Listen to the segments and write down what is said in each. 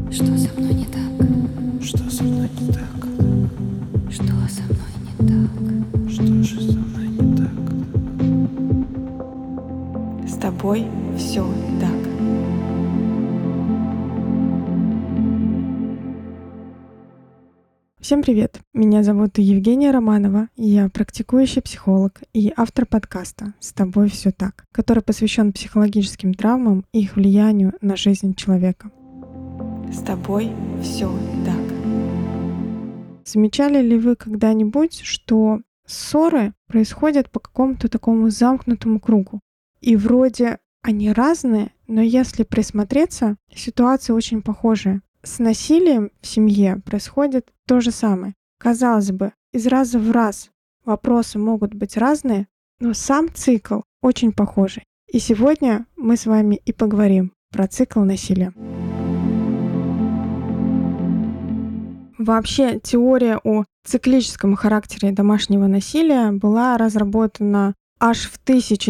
Что со мной не так? Что со мной не так? Что со мной не так? Что же со мной не так? С тобой все так. Всем привет! Меня зовут Евгения Романова, и я практикующий психолог и автор подкаста «С тобой все так», который посвящен психологическим травмам и их влиянию на жизнь человека. С тобой все так. Замечали ли вы когда-нибудь, что ссоры происходят по какому-то такому замкнутому кругу? И вроде они разные, но если присмотреться, ситуация очень похожая. С насилием в семье происходит то же самое. Казалось бы, из раза в раз вопросы могут быть разные, но сам цикл очень похожий. И сегодня мы с вами и поговорим про цикл насилия. Вообще, теория о циклическом характере домашнего насилия была разработана аж в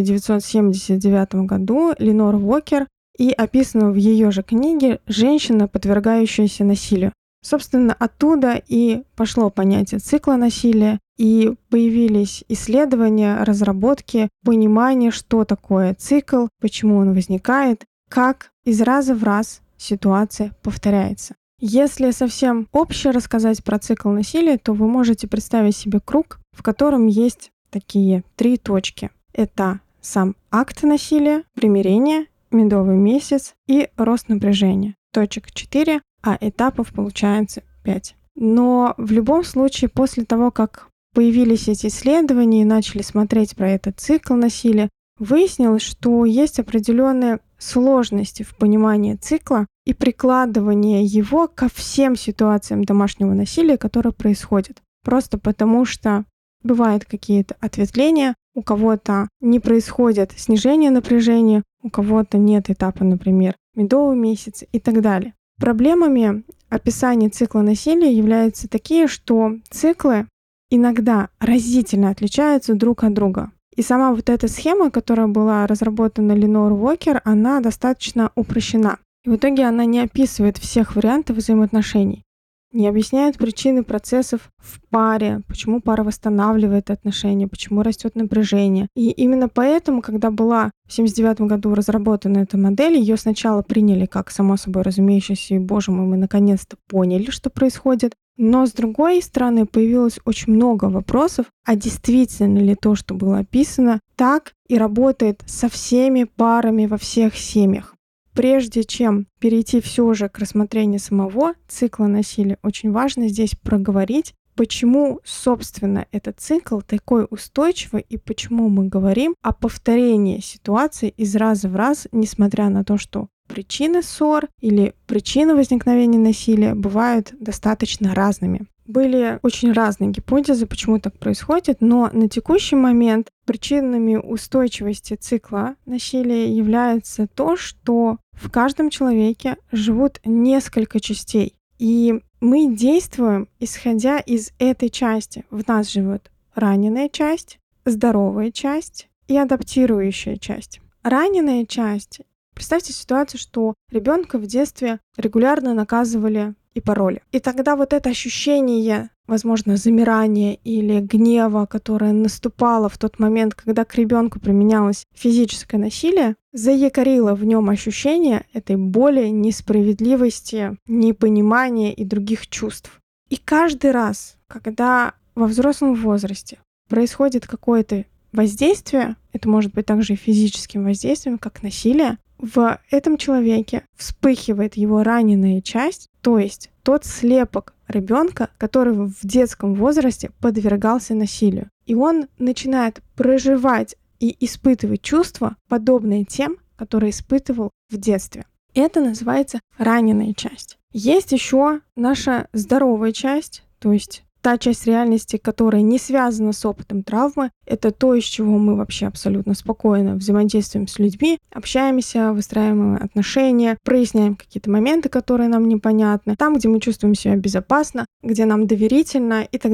1979 году Ленор Уокер и описана в ее же книге «Женщина, подвергающаяся насилию». Собственно, оттуда и пошло понятие цикла насилия, и появились исследования, разработки, понимание, что такое цикл, почему он возникает, как из раза в раз ситуация повторяется. Если совсем обще рассказать про цикл насилия, то вы можете представить себе круг, в котором есть такие 3 точки. Это сам акт насилия, примирение, медовый месяц и рост напряжения. Точек 4, а этапов получается 5. Но в любом случае, после того, как появились эти исследования и начали смотреть про этот цикл насилия, выяснилось, что есть определенные сложности в понимании цикла и прикладывание его ко всем ситуациям домашнего насилия, которые происходят. Просто потому что бывают какие-то ответвления, у кого-то не происходит снижение напряжения, у кого-то нет этапа, например, медовый месяц и так далее. Проблемами описания цикла насилия являются такие, что циклы иногда разительно отличаются друг от друга. И сама вот эта схема, которая была разработана Ленор Уокер, она достаточно упрощена. И в итоге она не описывает всех вариантов взаимоотношений, не объясняет причины процессов в паре, почему пара восстанавливает отношения, почему растет напряжение. И именно поэтому, когда была в 1979 году разработана эта модель, ее сначала приняли как само собой разумеющееся, и, боже мой, мы наконец-то поняли, что происходит. Но, с другой стороны, появилось очень много вопросов, а действительно ли то, что было описано, так и работает со всеми парами во всех семьях. Прежде чем перейти все же к рассмотрению самого цикла насилия, очень важно здесь проговорить, почему, собственно, этот цикл такой устойчивый и почему мы говорим о повторении ситуации из раза в раз, несмотря на то, что причины ссор или причины возникновения насилия бывают достаточно разными. Были очень разные гипотезы, почему так происходит, но на текущий момент причинами устойчивости цикла насилия является то, что в каждом человеке живут несколько частей. И мы действуем, исходя из этой части. В нас живет раненая часть, здоровая часть и адаптирующая часть. Раненая часть. Представьте ситуацию, что ребенка в детстве регулярно наказывали и пороли. И тогда вот это ощущение, возможно, замирания или гнева, которое наступало в тот момент, когда к ребенку применялось физическое насилие, заякорило в нем ощущение этой боли, несправедливости, непонимания и других чувств. И каждый раз, когда во взрослом возрасте происходит какое-то воздействие, это может быть также и физическим воздействием, как насилие, в этом человеке вспыхивает его раненая часть, то есть тот слепок ребенка, который в детском возрасте подвергался насилию. И он начинает проживать и испытывать чувства, подобные тем, которые испытывал в детстве. Это называется раненая часть. Есть еще наша здоровая часть, то есть та часть реальности, которая не связана с опытом травмы, это то, из чего мы вообще абсолютно спокойно взаимодействуем с людьми, общаемся, выстраиваем отношения, проясняем какие-то моменты, которые нам непонятны, там, где мы чувствуем себя безопасно, где нам доверительно и так далее.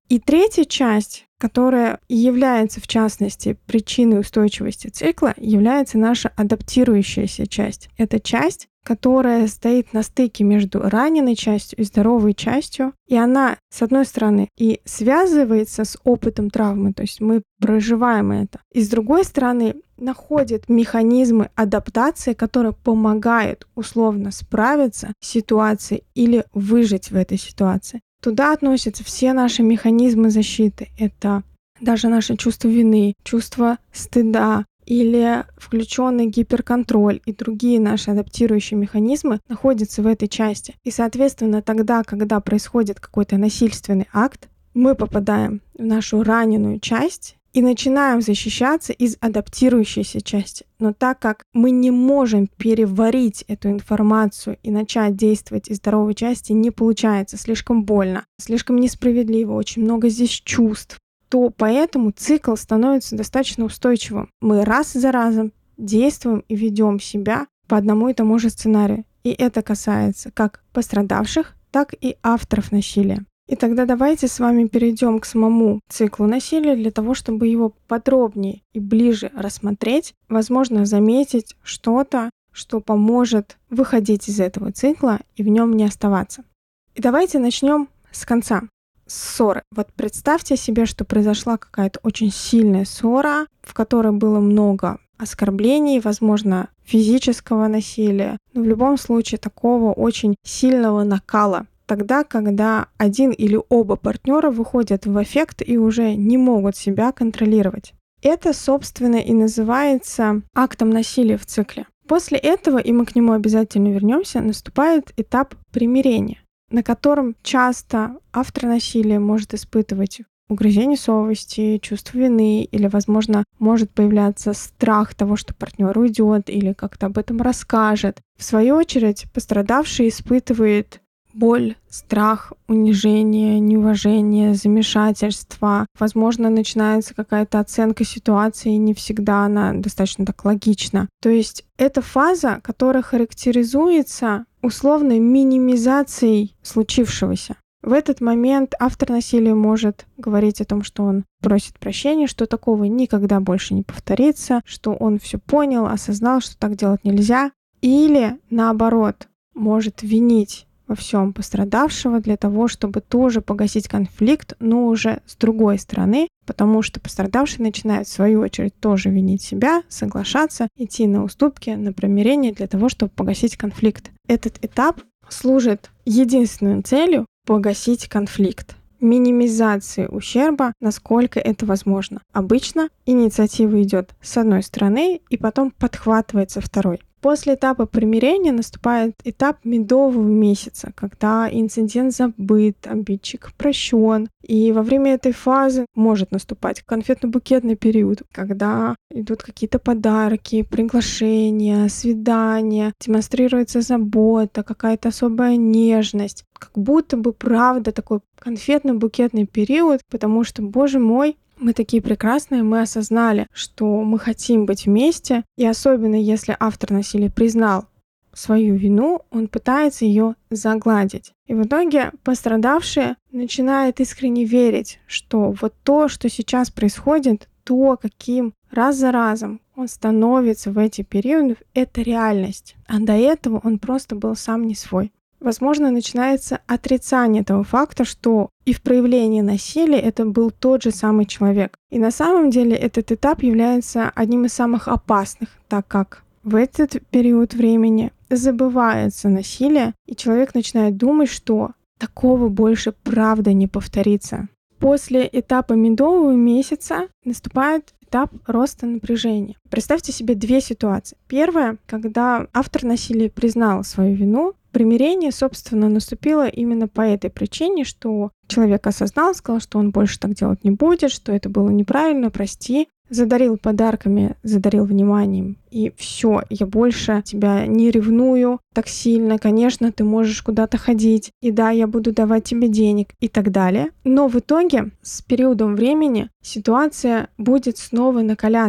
И третья часть, которая и является, в частности, причиной устойчивости цикла, является наша адаптирующаяся часть. Это часть, которая стоит на стыке между раненой частью и здоровой частью. И она, с одной стороны, и связывается с опытом травмы, то есть мы проживаем это. И с другой стороны, находит механизмы адаптации, которые помогают условно справиться с ситуацией или выжить в этой ситуации. Туда относятся все наши механизмы защиты. Это даже наше чувство вины, чувство стыда или включенный гиперконтроль и другие наши адаптирующие механизмы находятся в этой части. И, соответственно, тогда, когда происходит какой-то насильственный акт, мы попадаем в нашу раненую часть и начинаем защищаться из адаптирующейся части. Но так как мы не можем переварить эту информацию и начать действовать из здоровой части, не получается, слишком больно, слишком несправедливо, очень много здесь чувств, то поэтому цикл становится достаточно устойчивым. Мы раз за разом действуем и ведем себя по одному и тому же сценарию. И это касается как пострадавших, так и авторов насилия. И тогда давайте с вами перейдем к самому циклу насилия для того, чтобы его подробнее и ближе рассмотреть, возможно, заметить что-то, что поможет выходить из этого цикла и в нем не оставаться. И давайте начнем с конца. Ссоры. Вот представьте себе, что произошла какая-то очень сильная ссора, в которой было много оскорблений, возможно, физического насилия, но в любом случае такого очень сильного накала. Тогда, когда один или оба партнера выходят в аффект и уже не могут себя контролировать. Это, собственно, и называется актом насилия в цикле. После этого, и мы к нему обязательно вернемся, наступает этап примирения, на котором часто автор насилия может испытывать угрызение совести, чувство вины, или, возможно, может появляться страх того, что партнер уйдет или как-то об этом расскажет. В свою очередь, пострадавший испытывает боль, страх, унижение, неуважение, замешательство. Возможно, начинается какая-то оценка ситуации, и не всегда она достаточно так логична. То есть это фаза, которая характеризуется условной минимизацией случившегося. В этот момент автор насилия может говорить о том, что он просит прощения, что такого никогда больше не повторится, что он все понял, осознал, что так делать нельзя. Или, наоборот, может винить во всем пострадавшего для того, чтобы тоже погасить конфликт, но уже с другой стороны, потому что пострадавший начинает в свою очередь тоже винить себя, соглашаться, идти на уступки, на примирение для того, чтобы погасить конфликт. Этот этап служит единственной целью — погасить конфликт, минимизации ущерба, насколько это возможно. Обычно инициатива идет с одной стороны и потом подхватывается второй. После этапа примирения наступает этап медового месяца, когда инцидент забыт, обидчик прощен. И во время этой фазы может наступать конфетно-букетный период, когда идут какие-то подарки, приглашения, свидания, демонстрируется забота, какая-то особая нежность. Как будто бы, правда, такой конфетно-букетный период, потому что, боже мой, мы такие прекрасные, мы осознали, что мы хотим быть вместе, и особенно если автор насилия признал свою вину, он пытается ее загладить. И в итоге пострадавший начинает искренне верить, что вот то, что сейчас происходит, то, каким раз за разом он становится в эти периоды, это реальность. А до этого он просто был сам не свой. Возможно, начинается отрицание того факта, что и в проявлении насилия это был тот же самый человек. И на самом деле этот этап является одним из самых опасных, так как в этот период времени забывается насилие, и человек начинает думать, что такого больше правда не повторится. После этапа медового месяца наступает этап роста напряжения. Представьте себе две ситуации. Первая, когда автор насилия признал свою вину, примирение, собственно, наступило именно по этой причине, что человек осознал, сказал, что он больше так делать не будет, что это было неправильно, прости, задарил подарками, задарил вниманием, и все, я больше тебя не ревную так сильно, конечно, ты можешь куда-то ходить, и да, я буду давать тебе денег и так далее. Но в итоге с периодом времени ситуация будет снова накаляться.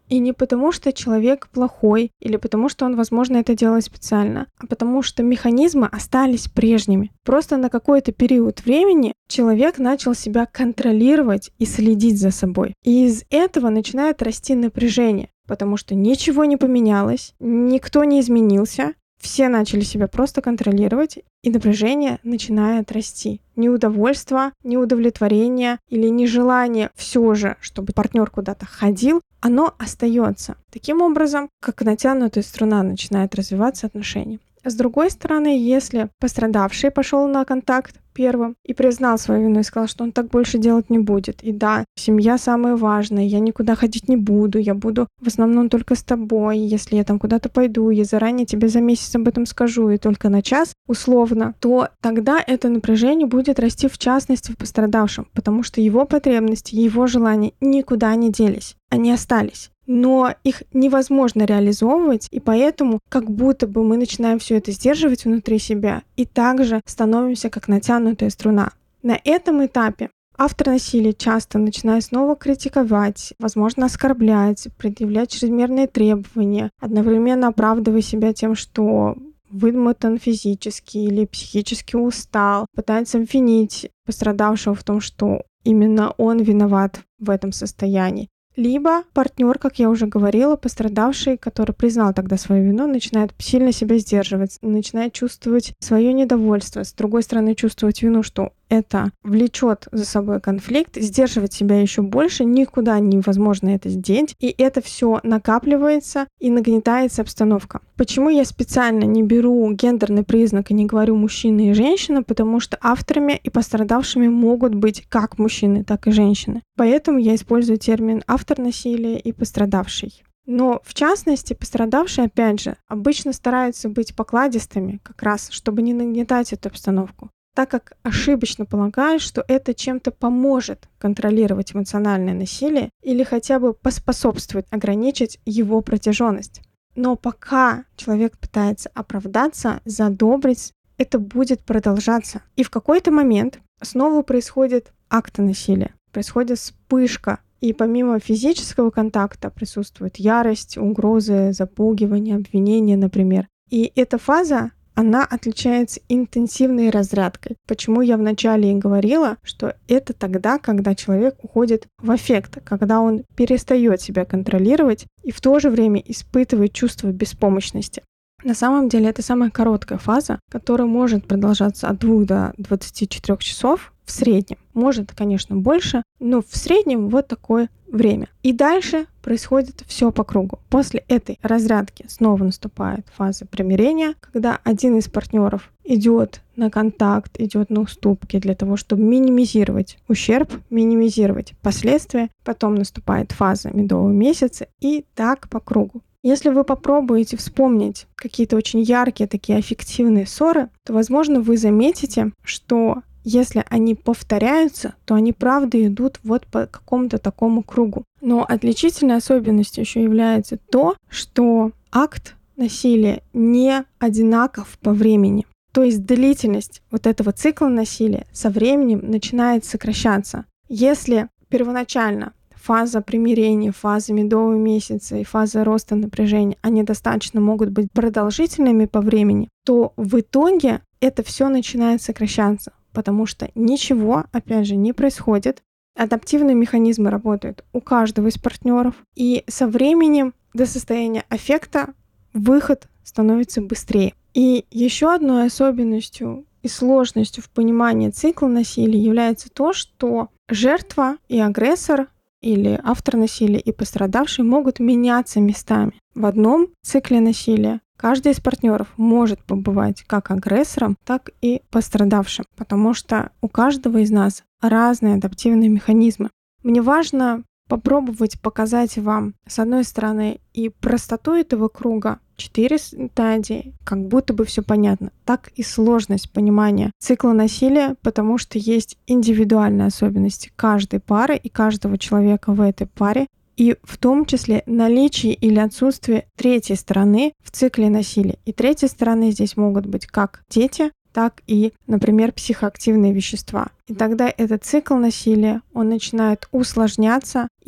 И не потому, что человек плохой, или потому, что он, возможно, это делает специально, а потому что механизмы остались прежними. Просто на какой-то период времени человек начал себя контролировать и следить за собой. И из этого начинает расти напряжение, потому что ничего не поменялось, никто не изменился, все начали себя просто контролировать, и напряжение начинает расти. Неудовольство, неудовлетворение или нежелание все же, чтобы партнер куда-то ходил, оно остается. Таким образом, как натянутая струна начинает развиваться отношения. С другой стороны, если пострадавший пошел на контакт первым и признал свою вину и сказал, что он так больше делать не будет. И да, семья самое важное, я никуда ходить не буду, я буду в основном только с тобой, если я там куда-то пойду, я заранее тебе за месяц об этом скажу, и только на час, условно, то тогда это напряжение будет расти в частности в пострадавшем, потому что его потребности, его желания никуда не делись, они остались. Но их невозможно реализовывать, и поэтому как будто бы мы начинаем все это сдерживать внутри себя и также становимся как натянутая струна. На этом этапе автор насилия часто начинает снова критиковать, возможно, оскорблять, предъявлять чрезмерные требования, одновременно оправдывая себя тем, что вымотан физически или психически устал, пытается обвинить пострадавшего в том, что именно он виноват в этом состоянии. Либо партнер, как я уже говорила, пострадавший, который признал тогда свою вину, начинает сильно себя сдерживать, начинает чувствовать свое недовольство, с другой стороны чувствовать вину, что это влечет за собой конфликт, сдерживать себя еще больше, никуда невозможно это сделать, и это все накапливается и нагнетается обстановка. Почему я специально не беру гендерный признак и не говорю мужчина и женщина, потому что авторами и пострадавшими могут быть как мужчины, так и женщины. Поэтому я использую термин автор насилия и пострадавший. Но, в частности, пострадавшие, опять же, обычно стараются быть покладистыми, как раз, чтобы не нагнетать эту обстановку, так как ошибочно полагают, что это чем-то поможет контролировать эмоциональное насилие или хотя бы поспособствует ограничить его протяженность. Но пока человек пытается оправдаться, задобрить, это будет продолжаться. И в какой-то момент снова происходит акт насилия, происходит вспышка. И помимо физического контакта присутствует ярость, угрозы, запугивание, обвинение, например. И эта фаза, она отличается интенсивной разрядкой. Почему я вначале и говорила, что это тогда, когда человек уходит в аффект, когда он перестает себя контролировать и в то же время испытывает чувство беспомощности. На самом деле это самая короткая фаза, которая может продолжаться от 2 до 24 часов в среднем. Может, конечно, больше, но в среднем вот такое время. И дальше происходит все по кругу. После этой разрядки снова наступает фаза примирения, когда один из партнеров идет на контакт, идет на уступки для того, чтобы минимизировать ущерб, минимизировать последствия. Потом наступает фаза медового месяца и так по кругу. Если вы попробуете вспомнить какие-то очень яркие такие аффективные ссоры, то, возможно, вы заметите, что если они повторяются, то они правда идут вот по какому-то такому кругу. Но отличительной особенностью еще является то, что акт насилия не одинаков по времени. То есть длительность вот этого цикла насилия со временем начинает сокращаться. Если первоначально фаза примирения, фаза медового месяца и фаза роста напряжения, они достаточно могут быть продолжительными по времени, то в итоге это все начинает сокращаться, потому что ничего, опять же, не происходит. Адаптивные механизмы работают у каждого из партнеров, и со временем до состояния аффекта выход становится быстрее. И еще одной особенностью и сложностью в понимании цикла насилия является то, что жертва и агрессор или автор насилия и пострадавший могут меняться местами. В одном цикле насилия каждый из партнеров может побывать как агрессором, так и пострадавшим, потому что у каждого из нас разные адаптивные механизмы. Мне важно попробовать показать вам, с одной стороны, и простоту этого круга, 4 стадии, как будто бы все понятно, так и сложность понимания цикла насилия, потому что есть индивидуальные особенности каждой пары и каждого человека в этой паре, и в том числе наличие или отсутствие третьей стороны в цикле насилия. И третьей стороны здесь могут быть как дети, так и, например, психоактивные вещества. И тогда этот цикл насилия, он начинает усложняться, и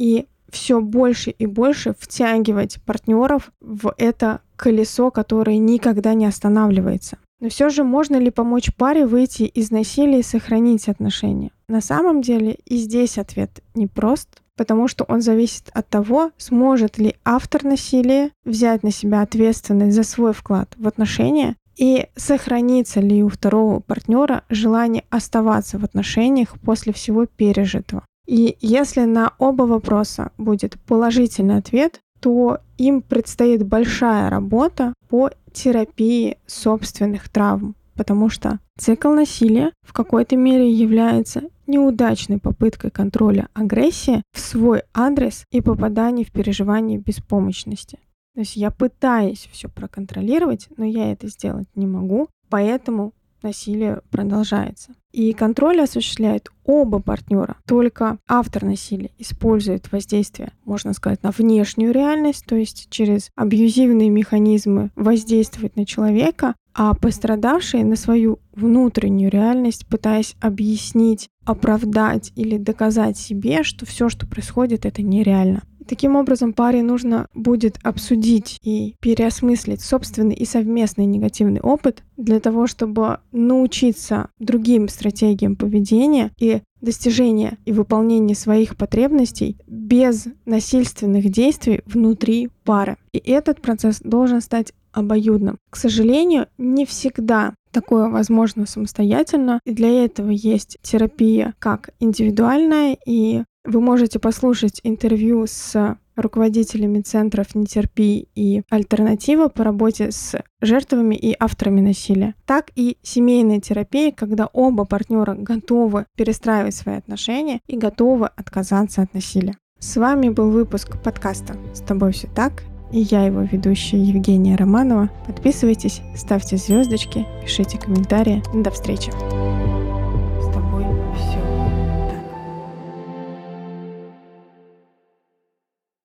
все больше и больше втягивать партнеров в это колесо, которое никогда не останавливается. Но все же можно ли помочь паре выйти из насилия и сохранить отношения? На самом деле и здесь ответ непрост, потому что он зависит от того, сможет ли автор насилия взять на себя ответственность за свой вклад в отношения и сохранится ли у второго партнера желание оставаться в отношениях после всего пережитого. И если на оба вопроса будет положительный ответ, то им предстоит большая работа по терапии собственных травм, потому что цикл насилия в какой-то мере является неудачной попыткой контроля агрессии в свой адрес и попадания в переживание беспомощности. То есть я пытаюсь все проконтролировать, но я это сделать не могу, поэтому насилие продолжается. И контроль осуществляют оба партнера. Только автор насилия использует воздействие, можно сказать, на внешнюю реальность, то есть через абьюзивные механизмы воздействовать на человека, а пострадавший на свою внутреннюю реальность, пытаясь объяснить, оправдать или доказать себе, что все, что происходит, это нереально. Таким образом, паре нужно будет обсудить и переосмыслить собственный и совместный негативный опыт для того, чтобы научиться другим стратегиям поведения и достижения и выполнения своих потребностей без насильственных действий внутри пары. И этот процесс должен стать обоюдным. К сожалению, не всегда такое возможно самостоятельно, и для этого есть терапия как индивидуальная, и вы можете послушать интервью с руководителями центров «Не терпи» и «Альтернатива» по работе с жертвами и авторами насилия, так и семейная терапия, когда оба партнера готовы перестраивать свои отношения и готовы отказаться от насилия. С вами был выпуск подкаста «С тобой все так», и я его ведущая Евгения Романова. Подписывайтесь, ставьте звездочки, пишите комментарии. До встречи!